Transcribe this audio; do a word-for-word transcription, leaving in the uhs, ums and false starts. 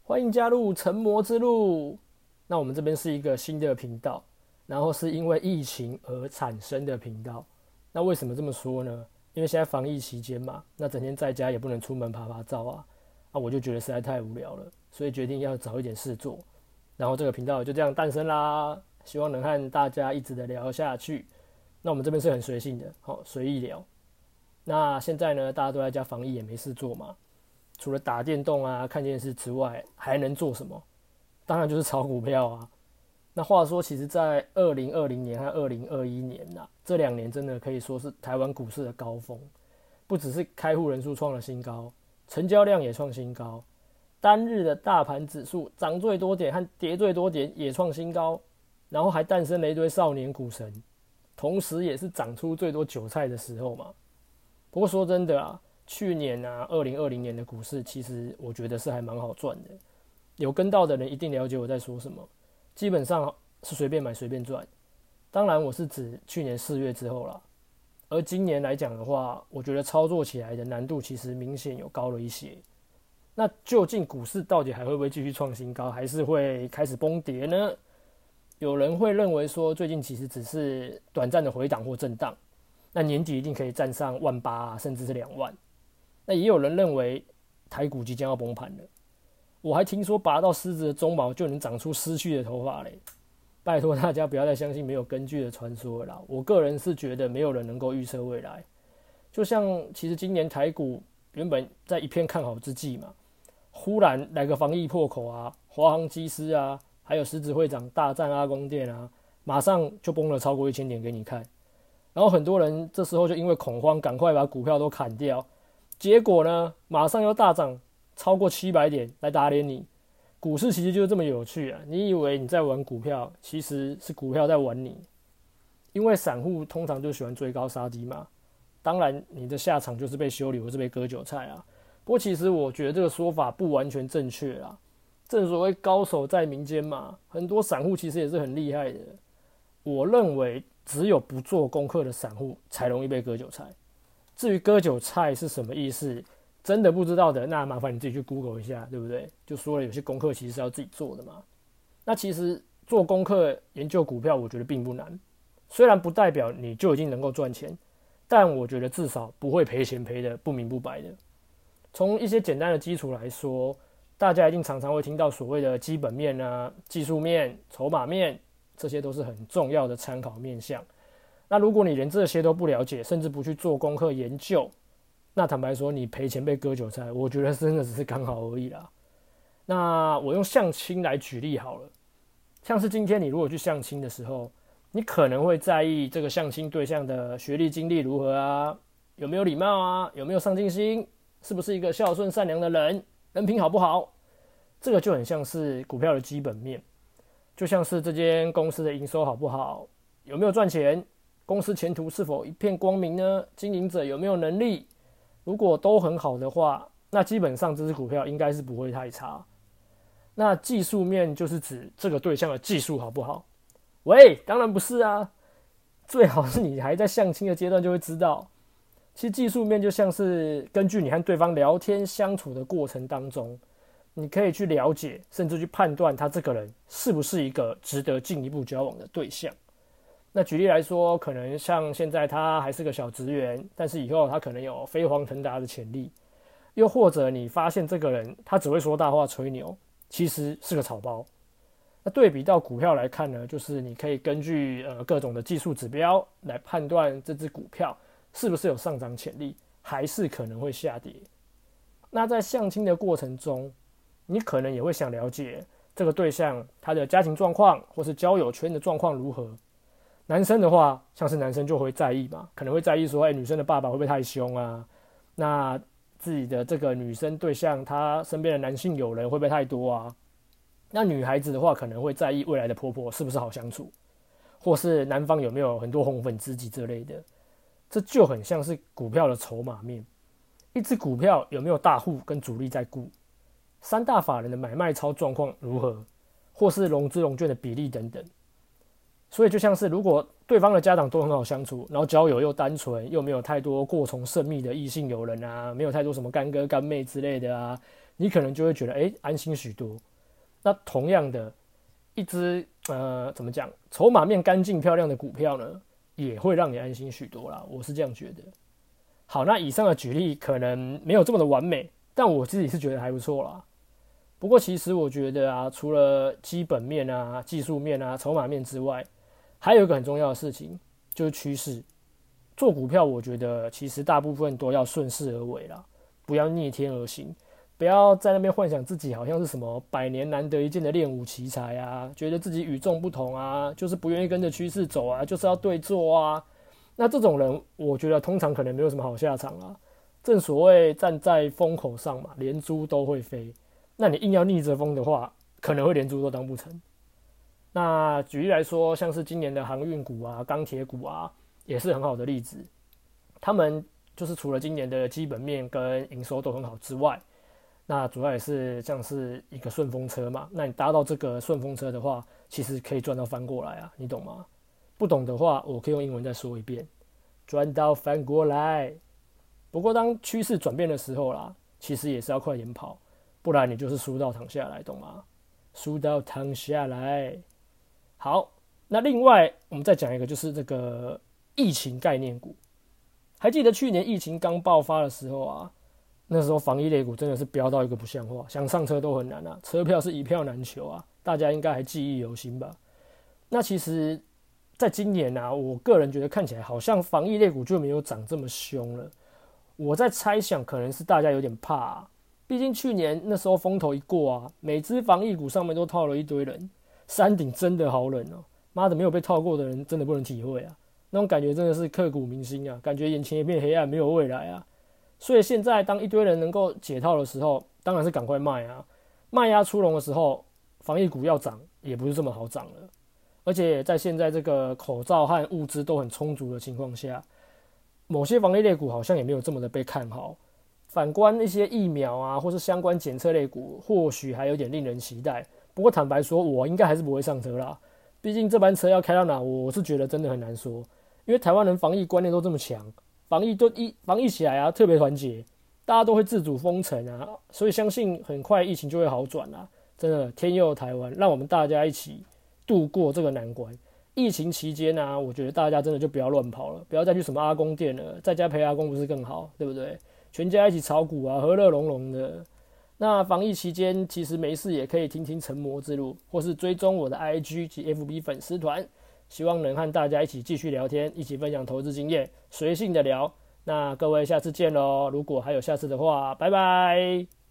欢迎加入成魔之路。那我们这边是一个新的频道，然后是因为疫情而产生的频道。那为什么这么说呢？因为现在防疫期间嘛，那整天在家也不能出门爬爬照啊，啊，我就觉得实在太无聊了，所以决定要找一点事做。然后这个频道就这样诞生啦，希望能和大家一直的聊下去。那我们这边是很随性的，好，随意聊。那现在呢，大家都在家防疫也没事做嘛，除了打电动啊、看电视之外，还能做什么？当然就是炒股票啊。那话说，其实在二零二零年和二零二一年呐、啊，这两年真的可以说是台湾股市的高峰，不只是开户人数创了新高，成交量也创新高，单日的大盘指数涨最多点和跌最多点也创新高，然后还诞生了一堆少年股神，同时也是长出最多韭菜的时候嘛。不过说真的啊，去年啊，二零二零年的股市其实我觉得是还蛮好赚的，有跟到的人一定了解我在说什么。基本上是随便买随便赚，当然我是指去年四月之后啦。而今年来讲的话，我觉得操作起来的难度其实明显有高了一些。那究竟股市到底还会不会继续创新高，还是会开始崩跌呢？有人会认为说，最近其实只是短暂的回档或震荡，那年底一定可以站上万八啊，甚至是两万。那也有人认为台股即将要崩盘了。我还听说拔到狮子的鬃毛就能长出失去的头发嘞，拜托大家不要再相信没有根据的传说了啦。我个人是觉得没有人能够预测未来，就像其实今年台股原本在一片看好之际嘛，忽然来个防疫破口啊，华航机师啊，还有狮子会长大战阿公店啊，马上就崩了超过一千点给你看。然后很多人这时候就因为恐慌，赶快把股票都砍掉，结果呢，马上又大涨超过七百点来打脸你。股市其实就是这么有趣啊！你以为你在玩股票，其实是股票在玩你。因为散户通常就喜欢追高杀低嘛，当然你的下场就是被修理或是被割韭菜啊。不过其实我觉得这个说法不完全正确啦。正所谓高手在民间嘛，很多散户其实也是很厉害的。我认为只有不做功课的散户才容易被割韭菜。至于割韭菜是什么意思，真的不知道的，那麻烦你自己去 Google 一下，对不对？就说了有些功课其实是要自己做的嘛。那其实做功课研究股票，我觉得并不难。虽然不代表你就已经能够赚钱，但我觉得至少不会赔钱赔的不明不白的。从一些简单的基础来说，大家一定常常会听到所谓的基本面啊、技术面、筹码面，这些都是很重要的参考面向。那如果你连这些都不了解，甚至不去做功课研究，那坦白说，你赔钱被割韭菜，我觉得真的只是刚好而已啦。那我用相亲来举例好了，像是今天你如果去相亲的时候，你可能会在意这个相亲对象的学历经历如何啊，有没有礼貌啊，有没有上进心，是不是一个孝顺善良的人，人品好不好？这个就很像是股票的基本面，就像是这间公司的营收好不好，有没有赚钱，公司前途是否一片光明呢？经营者有没有能力？如果都很好的话，那基本上这支股票应该是不会太差。那技术面就是指这个对象的技术好不好？喂，当然不是啊，最好是你还在相亲的阶段就会知道。其实技术面就像是根据你和对方聊天相处的过程当中，你可以去了解，甚至去判断他这个人是不是一个值得进一步交往的对象。那举例来说，可能像现在他还是个小职员，但是以后他可能有飞黄腾达的潜力。又或者你发现这个人他只会说大话吹牛，其实是个草包。那对比到股票来看呢，就是你可以根据呃各种的技术指标来判断这只股票是不是有上涨潜力，还是可能会下跌。那在相亲的过程中，你可能也会想了解这个对象他的家庭状况或是交友圈的状况如何。男生的话，像是男生就会在意嘛，可能会在意说，哎，女生的爸爸会不会太凶啊？那自己的这个女生对象，她身边的男性友人会不会太多啊？那女孩子的话，可能会在意未来的婆婆是不是好相处，或是男方有没有很多红粉知己之类的。这就很像是股票的筹码面，一只股票有没有大户跟主力在顾，三大法人的买卖超状况如何，或是融资融券的比例等等。所以就像是如果对方的家长都很好相处，然后交友又单纯，又没有太多过从甚密的异性友人啊，没有太多什么干哥干妹之类的啊， 你可能就会觉得哎、欸、安心许多。那同样的，一只呃怎么讲，筹码面干净漂亮的股票呢，也会让你安心许多啦，我是这样觉得。好，那以上的举例可能没有这么的完美，但我自己是觉得还不错啦。不过其实我觉得啊，除了基本面啊、技术面啊、筹码面之外，还有一个很重要的事情，就是趋势。做股票，我觉得其实大部分都要顺势而为啦，不要逆天而行，不要在那边幻想自己好像是什么百年难得一见的练武奇才啊，觉得自己与众不同啊，就是不愿意跟着趋势走啊，就是要对做啊。那这种人，我觉得通常可能没有什么好下场啊。正所谓站在风口上嘛，连猪都会飞。那你硬要逆着风的话，可能会连猪都当不成。那举例来说，像是今年的航运股啊、钢铁股啊，也是很好的例子。他们就是除了今年的基本面跟营收都很好之外，那主要也是像是一个顺风车嘛。那你搭到这个顺风车的话，其实可以赚到翻过来啊，你懂吗？不懂的话，我可以用英文再说一遍，赚到翻过来。不过当趋势转变的时候啦，其实也是要快点跑，不然你就是输到躺下来，懂吗？输到躺下来。好，那另外我们再讲一个，就是这个疫情概念股。还记得去年疫情刚爆发的时候啊，那时候防疫类股真的是飙到一个不像话，想上车都很难啊，车票是一票难求啊，大家应该还记忆犹新吧？那其实在今年啊，我个人觉得看起来好像防疫类股就没有涨这么凶了。我在猜想，可能是大家有点怕啊，毕竟去年那时候风头一过啊，每只防疫股上面都套了一堆人，山顶真的好冷哦，妈的，没有被套过的人真的不能体会啊，那种感觉真的是刻骨铭心啊，感觉眼前一片黑暗，没有未来啊。所以现在当一堆人能够解套的时候，当然是赶快卖啊，卖压出笼的时候，防疫股要涨也不是这么好涨了。而且在现在这个口罩和物资都很充足的情况下，某些防疫类股好像也没有这么的被看好。反观一些疫苗啊，或是相关检测类股，或许还有点令人期待。不过坦白说，我应该还是不会上车啦。毕竟这班车要开到哪，我是觉得真的很难说。因为台湾人防疫观念都这么强，防疫都一防疫起来啊，特别团结，大家都会自主封城啊，所以相信很快疫情就会好转啦。真的，天佑台湾，让我们大家一起度过这个难关。疫情期间啊，我觉得大家真的就不要乱跑了，不要再去什么阿公店了，在家陪阿公不是更好，对不对？全家一起炒股啊，和乐融融的。那防疫期间，其实没事也可以听听成魔之路，或是追踪我的 I G 及 F B 粉丝团，希望能和大家一起继续聊天，一起分享投资经验，随性的聊。那各位下次见咯，如果还有下次的话，拜拜。